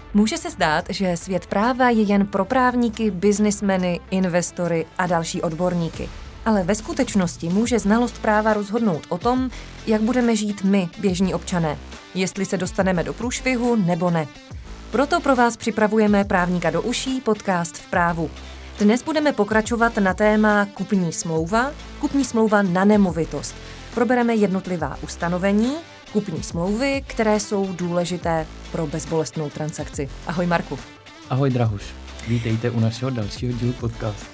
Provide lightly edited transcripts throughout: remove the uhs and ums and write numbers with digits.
Může se zdát, že svět práva je jen pro právníky, biznismeny, investory a další odborníky. Ale ve skutečnosti může znalost práva rozhodnout o tom, jak budeme žít my, běžní občané. Jestli se dostaneme do průšvihu nebo ne. Proto pro vás připravujeme Právníka do uší, podcast v právu. Dnes budeme pokračovat na téma kupní smlouva na nemovitost. Probereme jednotlivá ustanovení, kupní smlouvy, které jsou důležité pro bezbolestnou transakci. Ahoj Marku. Ahoj Drahuš. Vítejte u našeho dalšího dílu podcastu.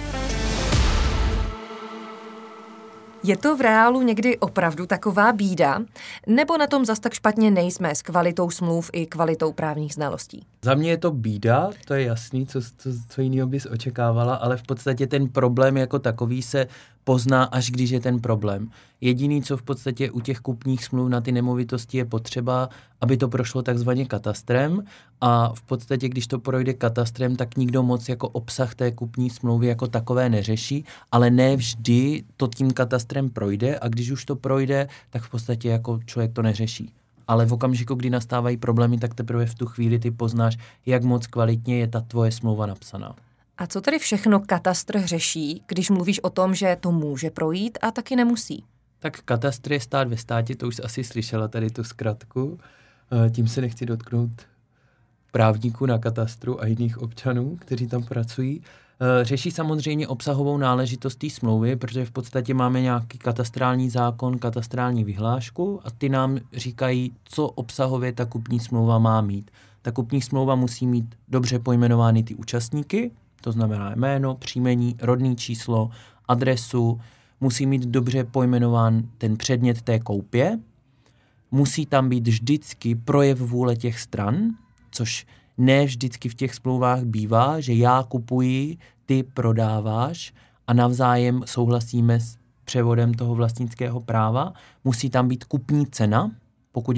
Je to v reálu někdy opravdu taková bída? Nebo na tom zas tak špatně nejsme s kvalitou smluv i kvalitou právních znalostí? Za mě je to bída, to je jasný, co jiného bys očekávala, ale v podstatě ten problém jako takový se pozná, až když je ten problém. Jediný, co v podstatě u těch kupních smluv na ty nemovitosti je potřeba, aby to prošlo takzvaně katastrem a v podstatě, když to projde katastrem, tak nikdo moc jako obsah té kupní smlouvy jako takové neřeší, ale ne vždy to tím katastrem projde a když už to projde, tak v podstatě jako člověk to neřeší. Ale v okamžiku, kdy nastávají problémy, tak teprve v tu chvíli ty poznáš, jak moc kvalitně je ta tvoje smlouva napsaná. A co tedy všechno katastr řeší, když mluvíš o tom, že to může projít a taky nemusí? Tak katastr je stát ve státě, to už jsi asi slyšela tady tu zkratku. Tím se nechci dotknout právníků na katastru a jiných občanů, kteří tam pracují. Řeší samozřejmě obsahovou náležitost té smlouvy, protože v podstatě máme nějaký katastrální zákon, katastrální vyhlášku a ty nám říkají, co obsahově ta kupní smlouva má mít. Ta kupní smlouva musí mít dobře pojmenovány ty účastníky, to znamená jméno, příjmení, rodné číslo, adresu, musí mít dobře pojmenován ten předmět té koupě, musí tam být vždycky projev vůle těch stran, což ne vždycky v těch smlouvách bývá, že já kupuji, ty prodáváš a navzájem souhlasíme s převodem toho vlastnického práva. Musí tam být kupní cena, pokud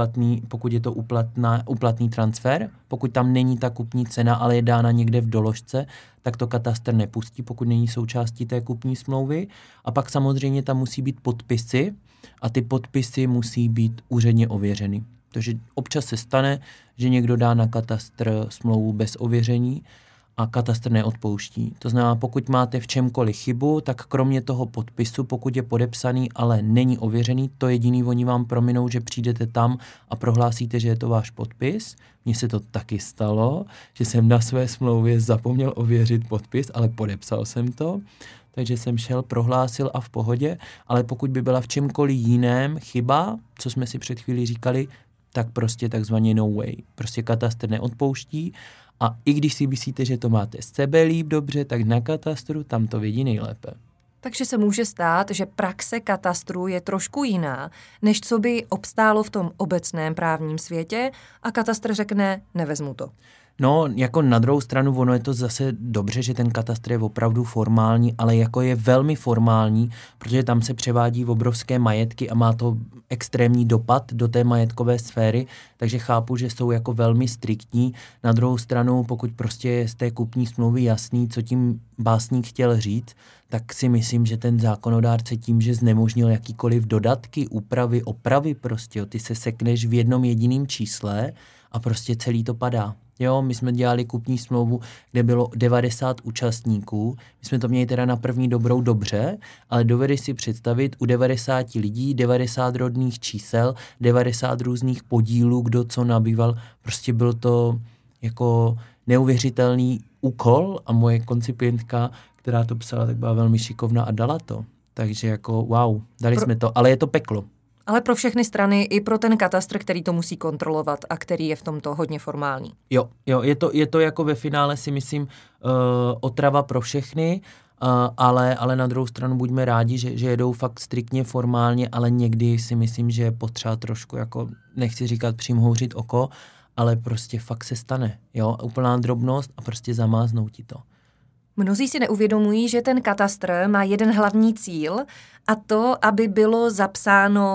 je to úplatný transfer. Pokud tam není ta kupní cena, ale je dána někde v doložce, tak to katastr nepustí, pokud není součástí té kupní smlouvy. A pak samozřejmě tam musí být podpisy a ty podpisy musí být úředně ověřeny. Takže občas se stane, že někdo dá na katastr smlouvu bez ověření a katastr neodpouští. To znamená, pokud máte v čemkoliv chybu, tak kromě toho podpisu, pokud je podepsaný, ale není ověřený, to jediný oni vám prominou, že přijdete tam a prohlásíte, že je to váš podpis. Mně se to taky stalo, že jsem na své smlouvě zapomněl ověřit podpis, ale podepsal jsem to. Takže jsem šel, prohlásil a v pohodě, ale pokud by byla v čemkoliv jiném chyba, co jsme si před chvílí říkali, tak prostě takzvaně no way. Prostě katastr neodpouští a i když si myslíte, že to máte sebe líp dobře, tak na katastru tam to vědí nejlépe. Takže se může stát, že praxe katastru je trošku jiná, než co by obstálo v tom obecném právním světě a katastr řekne, nevezmu to. No, jako na druhou stranu, ono je to zase dobře, že ten katastr je opravdu formální, ale jako je velmi formální, protože tam se převádí obrovské majetky a má to extrémní dopad do té majetkové sféry, takže chápu, že jsou jako velmi striktní. Na druhou stranu, pokud prostě je z té kupní smlouvy jasný, co tím básník chtěl říct, tak si myslím, že ten zákonodárce tím, že znemožnil jakýkoliv dodatky, úpravy, opravy prostě, ty se sekneš v jednom jediném čísle a prostě celý to padá. Jo, my jsme dělali kupní smlouvu, kde bylo 90 účastníků. My jsme to měli teda na první dobrou dobře, ale dovedeš si představit u 90 lidí, 90 rodných čísel, 90 různých podílů, kdo co nabýval. Prostě byl to jako neuvěřitelný úkol a moje koncipientka, která to psala, tak byla velmi šikovná a dala to. Takže jako wow, dali jsme to, ale je to peklo. Ale pro všechny strany, i pro ten katastr, který to musí kontrolovat a který je v tomto hodně formální. Jo, je to jako ve finále si myslím otrava pro všechny, ale na druhou stranu buďme rádi, že jedou fakt striktně formálně, ale někdy si myslím, že je potřeba trošku jako, nechci říkat přimhouřit oko, ale prostě fakt se stane, jo, úplná drobnost a prostě zamáznou ti to. Mnozí si neuvědomují, že ten katastr má jeden hlavní cíl a to, aby bylo zapsáno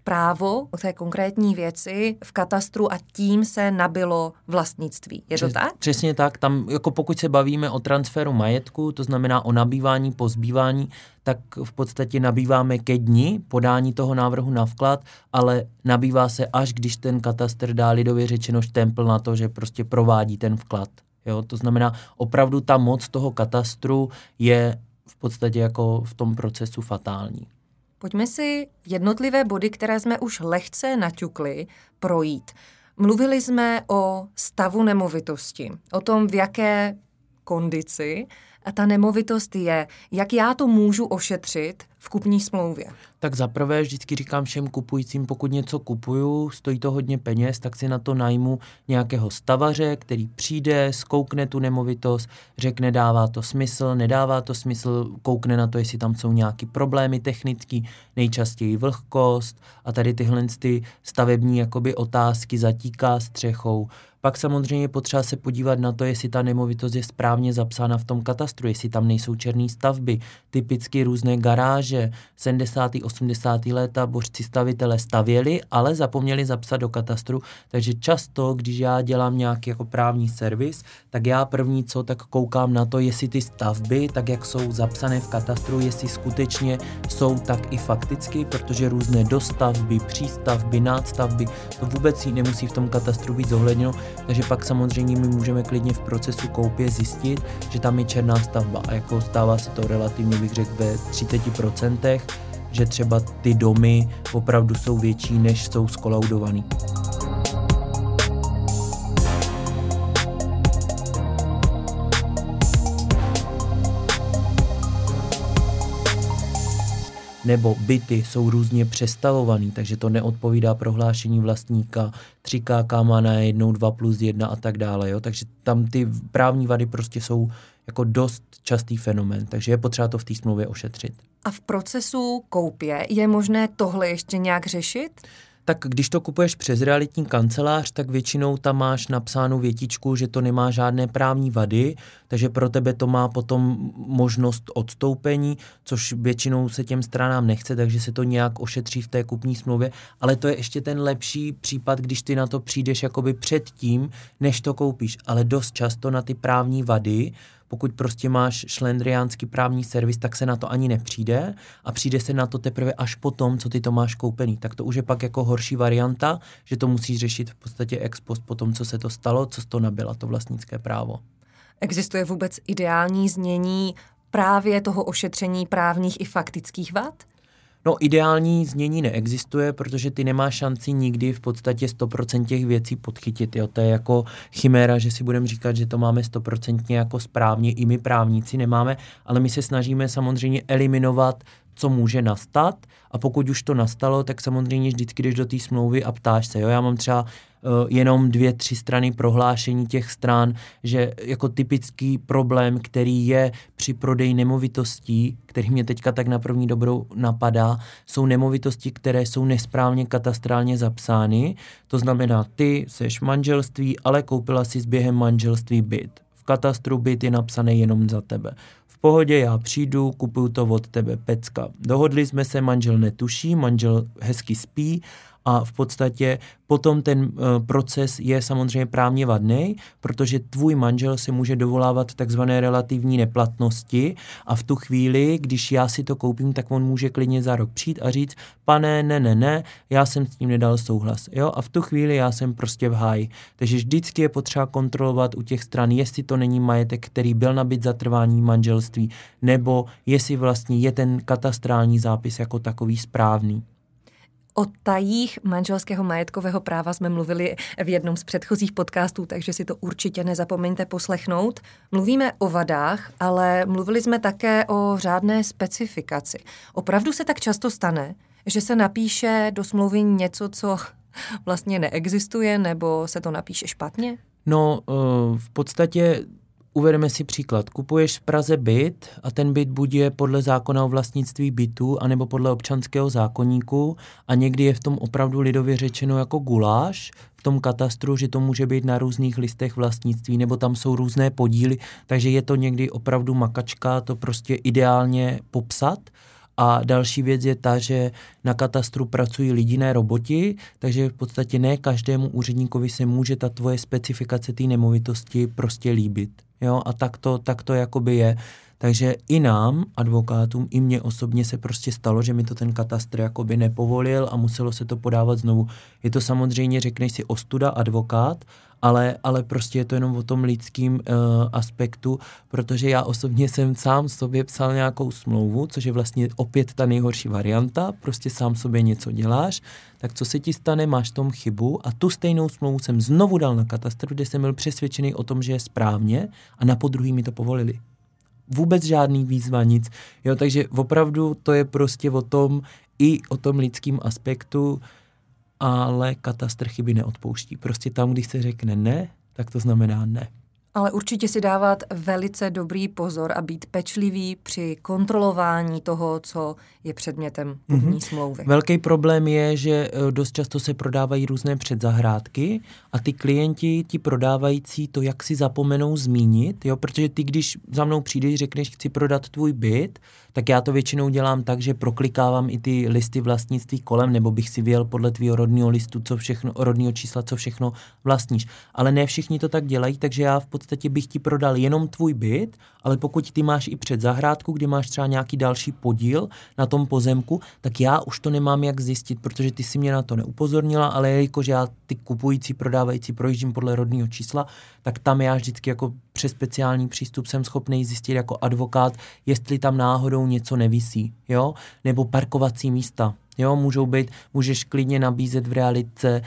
právo o té konkrétní věci v katastru a tím se nabylo vlastnictví. Je to tak? Přesně tak. Tam, jako pokud se bavíme o transferu majetku, to znamená o nabývání, pozbývání, tak v podstatě nabýváme ke dni podání toho návrhu na vklad, ale nabývá se až když ten katastr dá lidově řečeno štempl na to, že prostě provádí ten vklad. Jo? To znamená, opravdu ta moc toho katastru je v podstatě jako v tom procesu fatální. Pojďme si jednotlivé body, které jsme už lehce naťukli, projít. Mluvili jsme o stavu nemovitosti, o tom, v jaké kondici ta nemovitost je, jak já to můžu ošetřit v kupní smlouvě. Tak zaprvé vždycky říkám všem kupujícím, pokud něco kupuju, stojí to hodně peněz, tak si na to najmu nějakého stavaře, který přijde, zkoukne tu nemovitost, řekne, dává to smysl, nedává to smysl, koukne na to, jestli tam jsou nějaký problémy technický, nejčastěji vlhkost a tady tyhle ty stavební jakoby otázky, zatíká střechou. Pak samozřejmě je potřeba se podívat na to, jestli ta nemovitost je správně zapsána v tom katastru, jestli tam nejsou černé stavby, typicky různé garáže, 70. 80. léta božci stavitele stavěli, ale zapomněli zapsat do katastru, takže často, když já dělám nějaký jako právní servis, tak já první co, tak koukám na to, jestli ty stavby, tak jak jsou zapsané v katastru, jestli skutečně jsou tak i fakticky, protože různé dostavby, přístavby, nadstavby, to vůbec si nemusí v tom katastru být zohledněno, takže pak samozřejmě my můžeme klidně v procesu koupě zjistit, že tam je černá stavba a jako stává se to relativně, bych řekl, ve 30%, že třeba ty domy opravdu jsou větší, než jsou skolaudovaný. Nebo byty jsou různě přestavovaný, takže to neodpovídá prohlášení vlastníka, 3KK má najednou 2+1 a tak dále. Jo? Takže tam ty právní vady prostě jsou jako dost častý fenomén, takže je potřeba to v té smlouvě ošetřit. A v procesu koupě je možné tohle ještě nějak řešit? Tak když to kupuješ přes realitní kancelář, tak většinou tam máš napsánou větičku, že to nemá žádné právní vady, takže pro tebe to má potom možnost odstoupení, což většinou se těm stranám nechce, takže se to nějak ošetří v té kupní smlouvě, ale to je ještě ten lepší případ, když ty na to přijdeš jakoby předtím, než to koupíš, ale dost často na ty právní vady, pokud prostě máš šlendriánský právní servis, tak se na to ani nepřijde a přijde se na to teprve až potom, co ty to máš koupený. Tak to už je pak jako horší varianta, že to musíš řešit v podstatě ex post po tom, co se to stalo, co to nabyla, to vlastnické právo. Existuje vůbec ideální znění právě toho ošetření právních i faktických vad? No ideální znění neexistuje, protože ty nemáš šanci nikdy v podstatě 100% těch věcí podchytit. Jo? To je jako chiméra, že si budeme říkat, že to máme 100% jako správně, i my právníci nemáme, ale my se snažíme samozřejmě eliminovat, co může nastat a pokud už to nastalo, tak samozřejmě vždycky jdeš do té smlouvy a ptáš se. Jo? Já mám třeba jenom 2-3 strany prohlášení těch stran, že jako typický problém, který je při prodeji nemovitostí, který mě teďka tak na první dobrou napadá, jsou nemovitosti, které jsou nesprávně katastrálně zapsány. To znamená, ty seš manželství, ale koupila si během manželství byt. V katastru byt je napsaný jenom za tebe. V pohodě, já přijdu, kupuju to od tebe, pecka. Dohodli jsme se, manžel netuší, manžel hezky spí a v podstatě potom ten proces je samozřejmě právně vadný, protože tvůj manžel si může dovolávat takzvané relativní neplatnosti a v tu chvíli, když já si to koupím, tak on může klidně za rok přijít a říct, pane, ne, já jsem s tím nedal souhlas. Jo? A v tu chvíli já jsem prostě v háji. Takže vždycky je potřeba kontrolovat u těch stran, jestli to není majetek, který byl nabyt za trvání manželství, nebo jestli vlastně je ten katastrální zápis jako takový správný. O tajích manželského majetkového práva jsme mluvili v jednom z předchozích podcastů, takže si to určitě nezapomeňte poslechnout. Mluvíme o vadách, ale mluvili jsme také o řádné specifikaci. Opravdu se tak často stane, že se napíše do smlouvy něco, co vlastně neexistuje, nebo se to napíše špatně? No, v podstatě uvedeme si příklad. Kupuješ v Praze byt a ten byt buď je podle zákona o vlastnictví bytu, anebo podle občanského zákoníku a někdy je v tom opravdu lidově řečeno jako guláš v tom katastru, že to může být na různých listech vlastnictví, nebo tam jsou různé podíly, takže je to někdy opravdu makačka to prostě ideálně popsat. A další věc je ta, že na katastru pracují lidi, ne roboti, takže v podstatě ne každému úředníkovi se může ta tvoje specifikace té nemovitosti prostě líbit. Jo? A tak to jakoby je. Takže i nám, advokátům, i mně osobně se prostě stalo, že mi to ten katastr jakoby nepovolil a muselo se to podávat znovu. Je to samozřejmě, řekneš si, ostuda advokát, ale prostě je to jenom o tom lidském aspektu, protože já osobně jsem sám sobě psal nějakou smlouvu, což je vlastně opět ta nejhorší varianta, prostě sám sobě něco děláš, tak co se ti stane, máš tom chybu a tu stejnou smlouvu jsem znovu dal na katastr, kde jsem byl přesvědčený o tom, že je správně a na podruhý mi to povolili. Vůbec žádný výzva, nic. Jo, takže opravdu to je prostě o tom lidském aspektu, ale katastr chyby neodpouští. Prostě tam, když se řekne ne, tak to znamená ne. Ale určitě si dávat velice dobrý pozor a být pečlivý při kontrolování toho, co je předmětem kupní smlouvy. Velký problém je, že dost často se prodávají různé předzahrádky a ty klienti, ti prodávající to jak si zapomenou zmínit, jo, protože ty, když za mnou přijdeš, řekneš, chci prodat tvůj byt, tak já to většinou dělám tak, že proklikávám i ty listy vlastnictví kolem, nebo bych si vyjel podle tvýho rodného listu, rodného čísla, co všechno vlastníš. Ale ne všichni to tak dělají, takže já v podstatě bych ti prodal jenom tvůj byt, ale pokud ty máš i předzahrádku, kde máš třeba nějaký další podíl na tom pozemku, tak já už to nemám jak zjistit, protože ty si mě na to neupozornila, ale jelikož já ty kupující, prodávající projíždím podle rodného čísla, tak tam já vždycky jako přes speciální přístup jsem schopný zjistit jako advokát, jestli tam náhodou něco nevisí, jo, nebo parkovací místa. Jo, můžeš klidně nabízet v realitce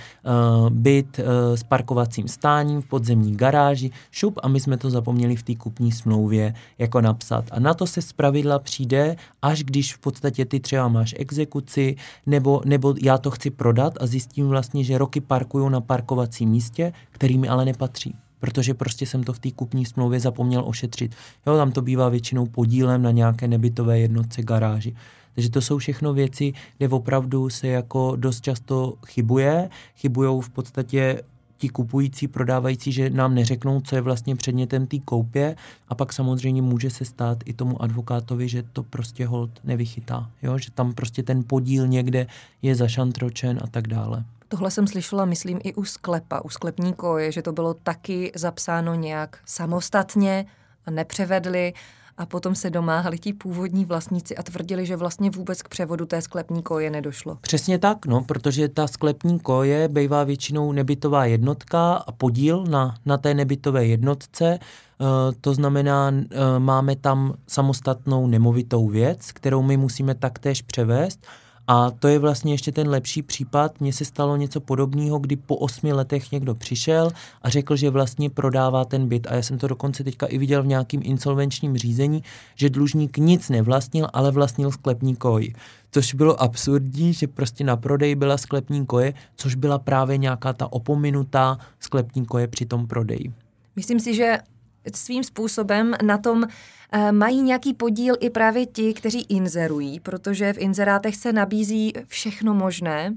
byt s parkovacím stáním v podzemní garáži, šup, a my jsme to zapomněli v té kupní smlouvě jako napsat. A na to se zpravidla přijde, až když v podstatě ty třeba máš exekuci, nebo já to chci prodat a zjistím vlastně, že roky parkuju na parkovacím místě, který mi ale nepatří. Protože prostě jsem to v té kupní smlouvě zapomněl ošetřit. Jo, tam to bývá většinou podílem na nějaké nebytové jednotce garáži. Takže to jsou všechno věci, kde opravdu se jako dost často chybujou v podstatě ti kupující, prodávající, že nám neřeknou, co je vlastně předmětem té koupě, a pak samozřejmě může se stát i tomu advokátovi, že to prostě holt nevychytá, jo? Že tam prostě ten podíl někde je zašantročen a tak dále. Tohle jsem slyšela, myslím, i u sklepní koje, že to bylo taky zapsáno nějak samostatně a nepřevedli, a potom se domáhali ti původní vlastníci a tvrdili, že vlastně vůbec k převodu té sklepní koje nedošlo. Přesně tak, no, protože ta sklepní koje bývá většinou nebytová jednotka a podíl na té nebytové jednotce, to znamená, máme tam samostatnou nemovitou věc, kterou my musíme taktéž převést. A to je vlastně ještě ten lepší případ. Mně se stalo něco podobného, kdy po 8 letech někdo přišel a řekl, že vlastně prodává ten byt. A já jsem to dokonce teďka i viděl v nějakém insolvenčním řízení, že dlužník nic nevlastnil, ale vlastnil sklepní koji. Což bylo absurdní, že prostě na prodej byla sklepní koje, což byla právě nějaká ta opominutá sklepní koje při tom prodeji. Myslím si, že svým způsobem na tom mají nějaký podíl i právě ti, kteří inzerují, protože v inzerátech se nabízí všechno možné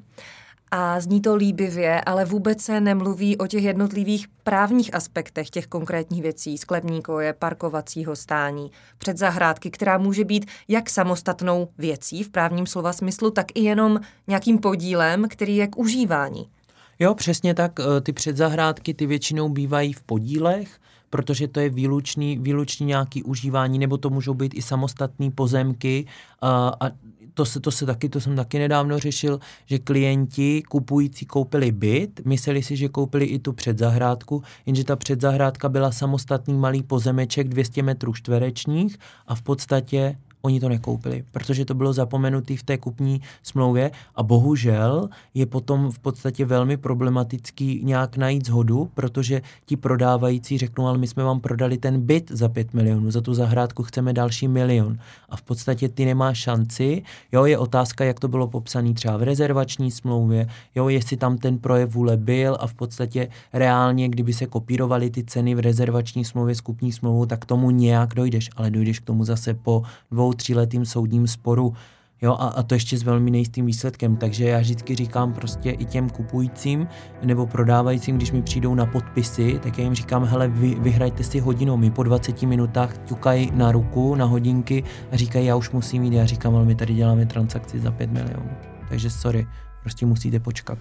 a zní to líbivě, ale vůbec se nemluví o těch jednotlivých právních aspektech těch konkrétních věcí, sklepní koje, parkovacího stání, předzahrádky, která může být jak samostatnou věcí v právním slova smyslu, tak i jenom nějakým podílem, který je k užívání. Jo, přesně tak. Ty předzahrádky, ty většinou bývají v podílech, protože to je výlučný nějaký užívání, nebo to můžou být i samostatné pozemky. A to jsem taky nedávno řešil, že klienti kupující koupili byt, mysleli si, že koupili i tu předzahrádku, jenže ta předzahrádka byla samostatný malý pozemeček 200 metrů čtverečních a v podstatě oni to nekoupili, protože to bylo zapomenutý v té kupní smlouvě a bohužel je potom v podstatě velmi problematický nějak najít shodu, protože ti prodávající řeknou, ale my jsme vám prodali ten byt za 5 milionů, za tu zahrádku chceme další 1 milion. A v podstatě ty nemáš šanci, jo, je otázka, jak to bylo popsané třeba v rezervační smlouvě, jo, jestli tam ten projev vůle byl a v podstatě reálně, kdyby se kopírovaly ty ceny v rezervační smlouvě s kupní smlouvou, tak tomu nějak dojdeš, ale dojdeš k tomu zase po 2-3letým soudním sporu. Jo, a to ještě s velmi nejistým výsledkem, takže já vždycky říkám prostě i těm kupujícím nebo prodávajícím, když mi přijdou na podpisy, tak já jim říkám, hele, vyhrajte si hodinu, mi po 20 minutách ťukají na ruku, na hodinky a říkají, já už musím jít, já říkám, ale my tady děláme transakci za 5 milionů, takže sorry, prostě musíte počkat.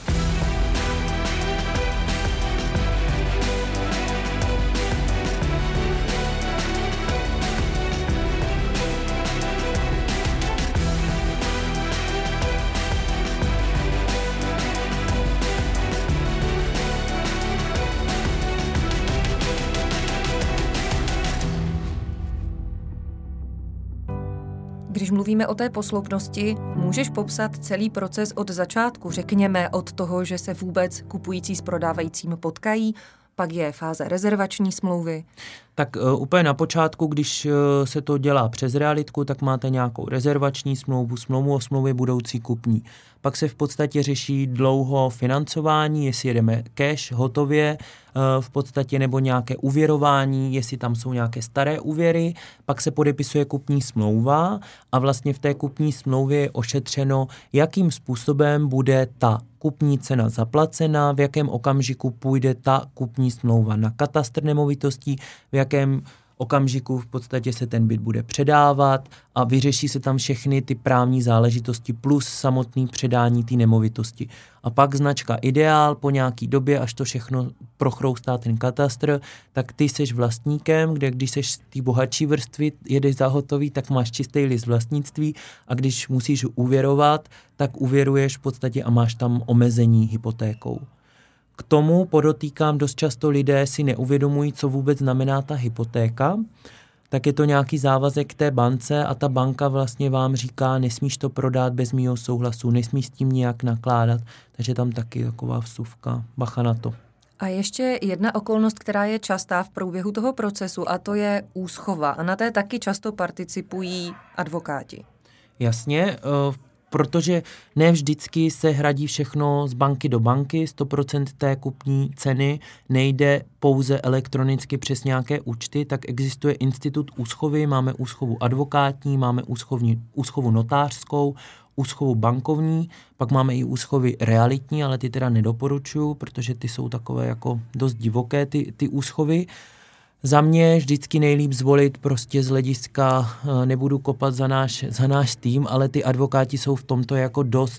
Když mluvíme o té posloupnosti, můžeš popsat celý proces od začátku, řekněme od toho, že se vůbec kupující s prodávajícím potkají, pak je fáze rezervační smlouvy. Tak úplně na počátku, když se to dělá přes realitku, tak máte nějakou rezervační smlouvu o smlouvě budoucí kupní. Pak se v podstatě řeší dlouho financování, jestli jedeme cash, hotově, v podstatě nebo nějaké úvěrování, jestli tam jsou nějaké staré úvěry, pak se podepisuje kupní smlouva a vlastně v té kupní smlouvě je ošetřeno, jakým způsobem bude ta kupní cena zaplacena, v jakém okamžiku půjde ta kupní smlouva na katastr nemovitostí, v jakém okamžiku v podstatě se ten byt bude předávat a vyřeší se tam všechny ty právní záležitosti plus samotný předání té nemovitosti. A pak značka Ideál po nějaký době, až to všechno prochroustá ten katastr, tak ty seš vlastníkem, kde když seš z té bohatší vrstvy, jedeš za hotový, tak máš čistý list vlastnictví a když musíš úvěrovat, tak úvěruješ v podstatě a máš tam omezení hypotékou. K tomu podotýkám, dost často lidé si neuvědomují, co vůbec znamená ta hypotéka, tak je to nějaký závazek té bance a ta banka vlastně vám říká, nesmíš to prodat bez mýho souhlasu, nesmíš s tím nijak nakládat, takže tam taky taková vsuvka, bacha na to. A ještě jedna okolnost, která je častá v průběhu toho procesu, a to je úschova. A na té taky často participují advokáti. Jasně, protože ne vždycky se hradí všechno z banky do banky, 100% té kupní ceny nejde pouze elektronicky přes nějaké účty, tak existuje institut úschovy, máme úschovu advokátní, máme úschovu notářskou, úschovu bankovní, pak máme i úschovy realitní, ale ty teda nedoporučuju, protože ty jsou takové jako dost divoké, ty úschovy. Za mě vždycky nejlíp zvolit prostě z hlediska, nebudu kopat za náš tým, ale ty advokáti jsou v tomto jako dost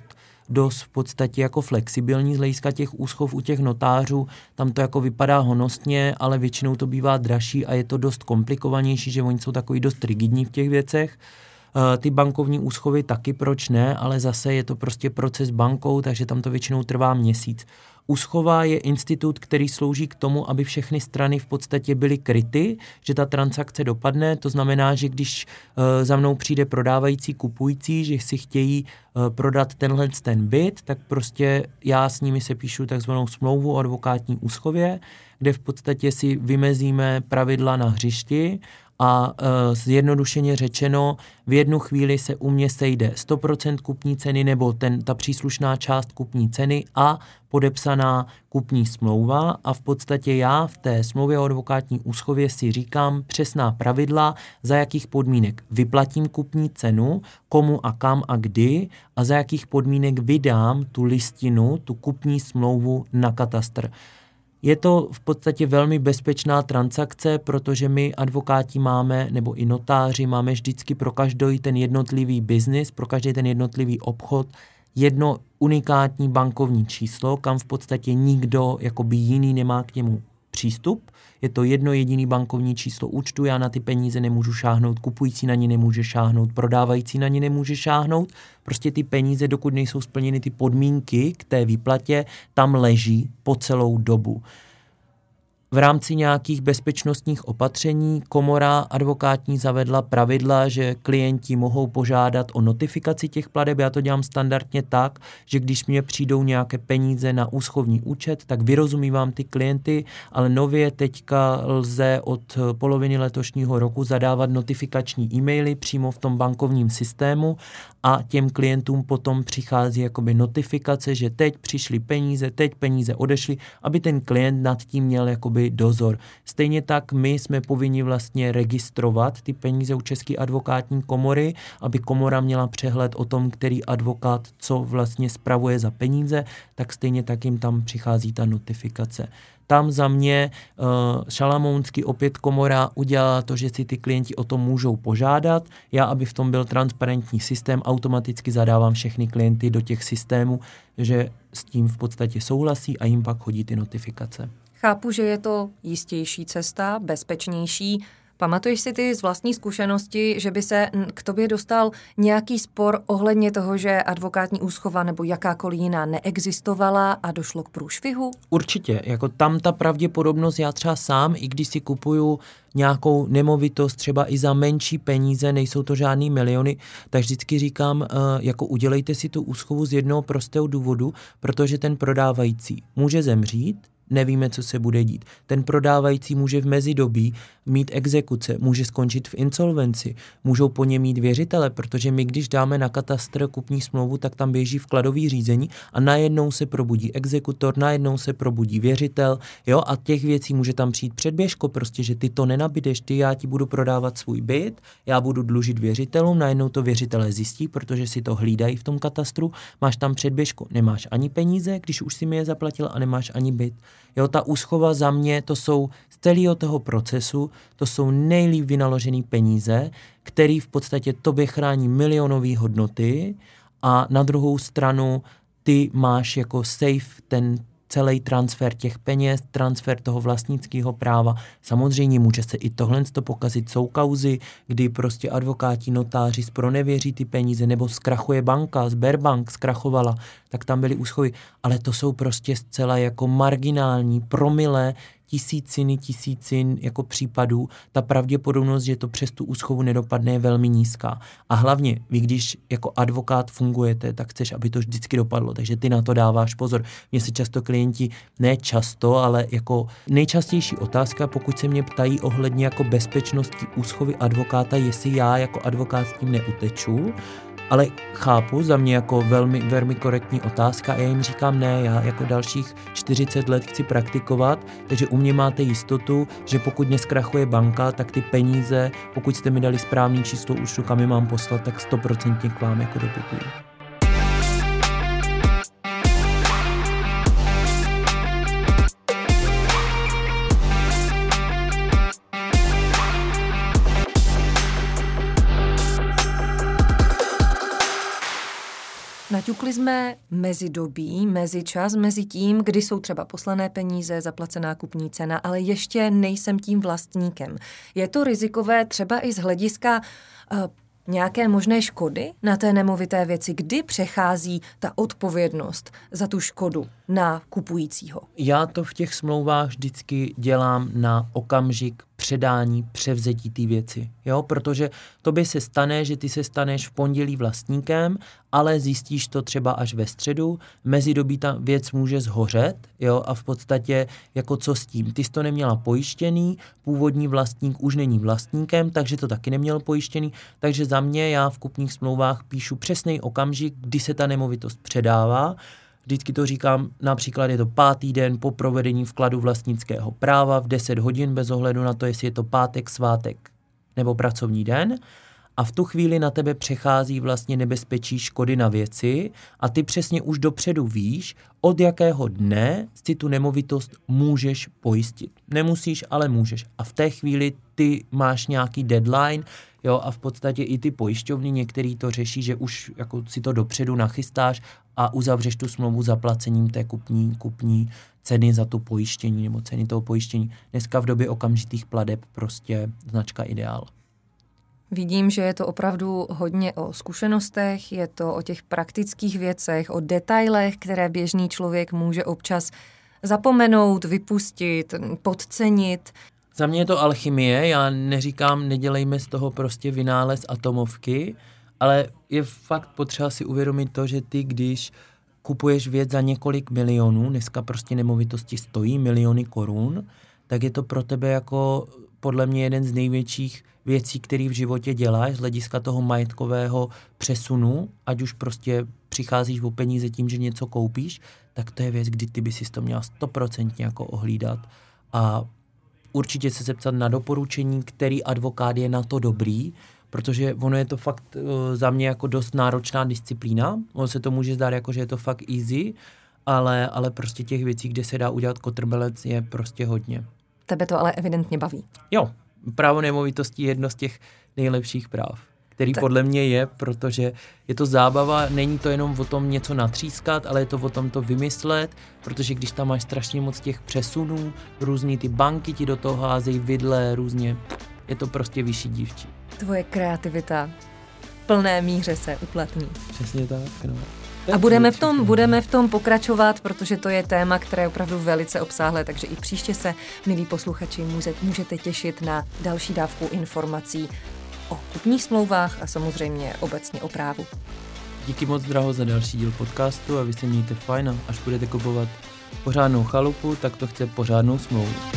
v podstatě jako flexibilní z hlediska těch úschov u těch notářů. Tam to jako vypadá honosně, ale většinou to bývá dražší a je to dost komplikovanější, že oni jsou takový dost rigidní v těch věcech. Ty bankovní úschovy taky, proč ne, ale zase je to prostě proces bankou, takže tam to většinou trvá měsíc. Úschova je institut, který slouží k tomu, aby všechny strany v podstatě byly kryty, že ta transakce dopadne. To znamená, že když za mnou přijde prodávající, kupující, že si chtějí prodat ten byt, tak prostě já s nimi sepíšu takzvanou smlouvu o advokátní úschově, kde v podstatě si vymezíme pravidla na hřišti a zjednodušeně řečeno, v jednu chvíli se u mě sejde 100% kupní ceny nebo ta příslušná část kupní ceny a podepsaná kupní smlouva a v podstatě já v té smlouvě o advokátní úschově si říkám přesná pravidla, za jakých podmínek vyplatím kupní cenu, komu a kam a kdy a za jakých podmínek vydám tu listinu, tu kupní smlouvu na katastr. Je to v podstatě velmi bezpečná transakce, protože my advokáti máme, nebo i notáři máme vždycky pro každý ten jednotlivý biznis, pro každý ten jednotlivý obchod jedno unikátní bankovní číslo, kam v podstatě nikdo jakoby jiný nemá k němu přístup. Je to jedno jediný bankovní číslo účtu, já na ty peníze nemůžu šáhnout, kupující na ně nemůže šáhnout, prodávající na ně nemůže šáhnout. Prostě ty peníze, dokud nejsou splněny ty podmínky k té výplatě, tam leží po celou dobu. V rámci nějakých bezpečnostních opatření komora advokátní zavedla pravidla, že klienti mohou požádat o notifikaci těch plateb. Já to dělám standardně tak, že když mě přijdou nějaké peníze na úschovní účet, tak vyrozumívám ty klienty, ale nově teďka lze od poloviny letošního roku zadávat notifikační e-maily přímo v tom bankovním systému a těm klientům potom přichází jakoby notifikace, že teď přišly peníze, teď peníze odešly, aby ten klient nad tím měl jakoby jakoby dozor. Stejně tak my jsme povinni vlastně registrovat ty peníze u České advokátní komory, aby komora měla přehled o tom, který advokát co vlastně spravuje za peníze, tak stejně tak jim tam přichází ta notifikace. Tam za mě šalamounský opět komora udělala to, že si ty klienti o tom můžou požádat. Já, aby v tom byl transparentní systém, automaticky zadávám všechny klienty do těch systémů, že s tím v podstatě souhlasí a jim pak chodí ty notifikace. Chápu, že je to jistější cesta, bezpečnější. Pamatuješ si ty z vlastní zkušenosti, že by se k tobě dostal nějaký spor ohledně toho, že advokátní úschova nebo jakákoliv jiná neexistovala a došlo k průšvihu? Určitě, jako tam ta pravděpodobnost, já třeba sám, i když si kupuju nějakou nemovitost třeba i za menší peníze, nejsou to žádný miliony, tak vždycky říkám, jako udělejte si tu úschovu z jednoho prostého důvodu, protože ten prodávající může zemřít, nevíme, co se bude dít. Ten prodávající může v mezidobí mít exekuce, může skončit v insolvenci, můžou po něm mít věřitele, protože my, když dáme na katastr kupní smlouvu, tak tam běží vkladový řízení a najednou se probudí exekutor, najednou se probudí věřitel, jo, a těch věcí může tam přijít předběžko, prostě, že ty to nenabídeš, já ti budu prodávat svůj byt, já budu dlužit věřitelům, najednou to věřitelé zjistí, protože si to hlídají v tom katastru, máš tam předběžko, nemáš ani peníze, když už si mi je zaplatil a nemáš ani byt. Jo, ta úschova za mě, to jsou z celého toho procesu, to jsou nejlíp vynaložené peníze, které v podstatě tobě chrání milionové hodnoty a na druhou stranu ty máš jako safe ten celý transfer těch peněz, transfer toho vlastnického práva. Samozřejmě může se i tohle pokazit. Jsou kauzy, kdy prostě advokáti, notáři zpronevěří ty peníze, nebo zkrachuje banka, Sberbank zkrachovala, tak tam byly úschovy. Ale to jsou prostě zcela jako marginální promile, tisícin jako případů. Ta pravděpodobnost, že to přes tu úschovu nedopadne, je velmi nízká. A hlavně, vy když jako advokát fungujete, tak chceš, aby to vždycky dopadlo, takže ty na to dáváš pozor. Mně se často klienti, ne často, ale jako nejčastější otázka, pokud se mě ptají ohledně jako bezpečnosti úschovy advokáta, jestli já jako advokát s tím neuteču, ale chápu, za mě jako velmi, velmi korektní otázka a já jim říkám ne, já jako dalších 40 let chci praktikovat, takže u mě máte jistotu, že pokud neskrachuje banka, tak ty peníze, pokud jste mi dali správný číslo účtu, kam je mám poslat, tak 100% k vám jako doputují. Naťukli jsme mezidobí, mezičas, mezi tím, kdy jsou třeba poslané peníze, zaplacená kupní cena, ale ještě nejsem tím vlastníkem. Je to rizikové třeba i z hlediska nějaké možné škody na té nemovité věci, kdy přechází ta odpovědnost za tu škodu na kupujícího? Já to v těch smlouvách vždycky dělám na okamžik předání, převzetí té věci, jo, protože tobě se stane, že ty se staneš v pondělí vlastníkem, ale zjistíš to třeba až ve středu, mezidobí ta věc může zhořet, jo, a v podstatě jako co s tím, ty jsi to neměla pojištěný, původní vlastník už není vlastníkem, takže to taky neměl pojištěný, takže za mě já v kupních smlouvách píšu přesný okamžik, kdy se ta nemovitost předává. Vždycky to říkám, například je to 5. den po provedení vkladu vlastnického práva v 10 hodin, bez ohledu na to, jestli je to pátek, svátek nebo pracovní den. A v tu chvíli na tebe přechází vlastně nebezpečí škody na věci a ty přesně už dopředu víš, od jakého dne si tu nemovitost můžeš pojistit. Nemusíš, ale můžeš. A v té chvíli ty máš nějaký deadline, jo, a v podstatě i ty pojišťovny některý to řeší, že už jako si to dopředu nachystáš a uzavřeš tu smlouvu zaplacením té kupní ceny za to pojištění nebo ceny toho pojištění. Dneska v době okamžitých plateb prostě značka Ideál. Vidím, že je to opravdu hodně o zkušenostech, je to o těch praktických věcech, o detailech, které běžný člověk může občas zapomenout, vypustit, podcenit. Za mě je to alchymie, já neříkám, nedělejme z toho prostě vynález atomovky, ale je fakt potřeba si uvědomit to, že ty, když kupuješ věc za několik milionů, dneska prostě nemovitosti stojí miliony korun, tak je to pro tebe jako podle mě jeden z největších věcí, které v životě děláš z hlediska toho majetkového přesunu, ať už prostě přicházíš o peníze tím, že něco koupíš, tak to je věc, kdy ty by si to měla 100% jako ohlídat a určitě se zeptat na doporučení, který advokát je na to dobrý, protože ono je to fakt za mě jako dost náročná disciplína. Ono se to může zdát jako, že je to fakt easy, ale prostě těch věcí, kde se dá udělat kotrmelec, je prostě hodně. Tebe to ale evidentně baví. Jo, právo nemovitostí je jedno z těch nejlepších práv, který podle mě je, protože je to zábava, není to jenom o tom něco natřískat, ale je to o tom to vymyslet, protože když tam máš strašně moc těch přesunů, různý ty banky ti do toho házejí vidle, různě, je to prostě vyšší dívčí. Tvoje kreativita v plné míře se uplatní. Přesně tak, no. A budeme v tom pokračovat, protože to je téma, které je opravdu velice obsáhlé, takže i příště se, milí posluchači, můžete těšit na další dávku informací o kupních smlouvách a samozřejmě obecně o právu. Díky moc, Draho, za další díl podcastu a vy se mějte fajn a až budete kupovat pořádnou chalupu, tak to chce pořádnou smlouvu.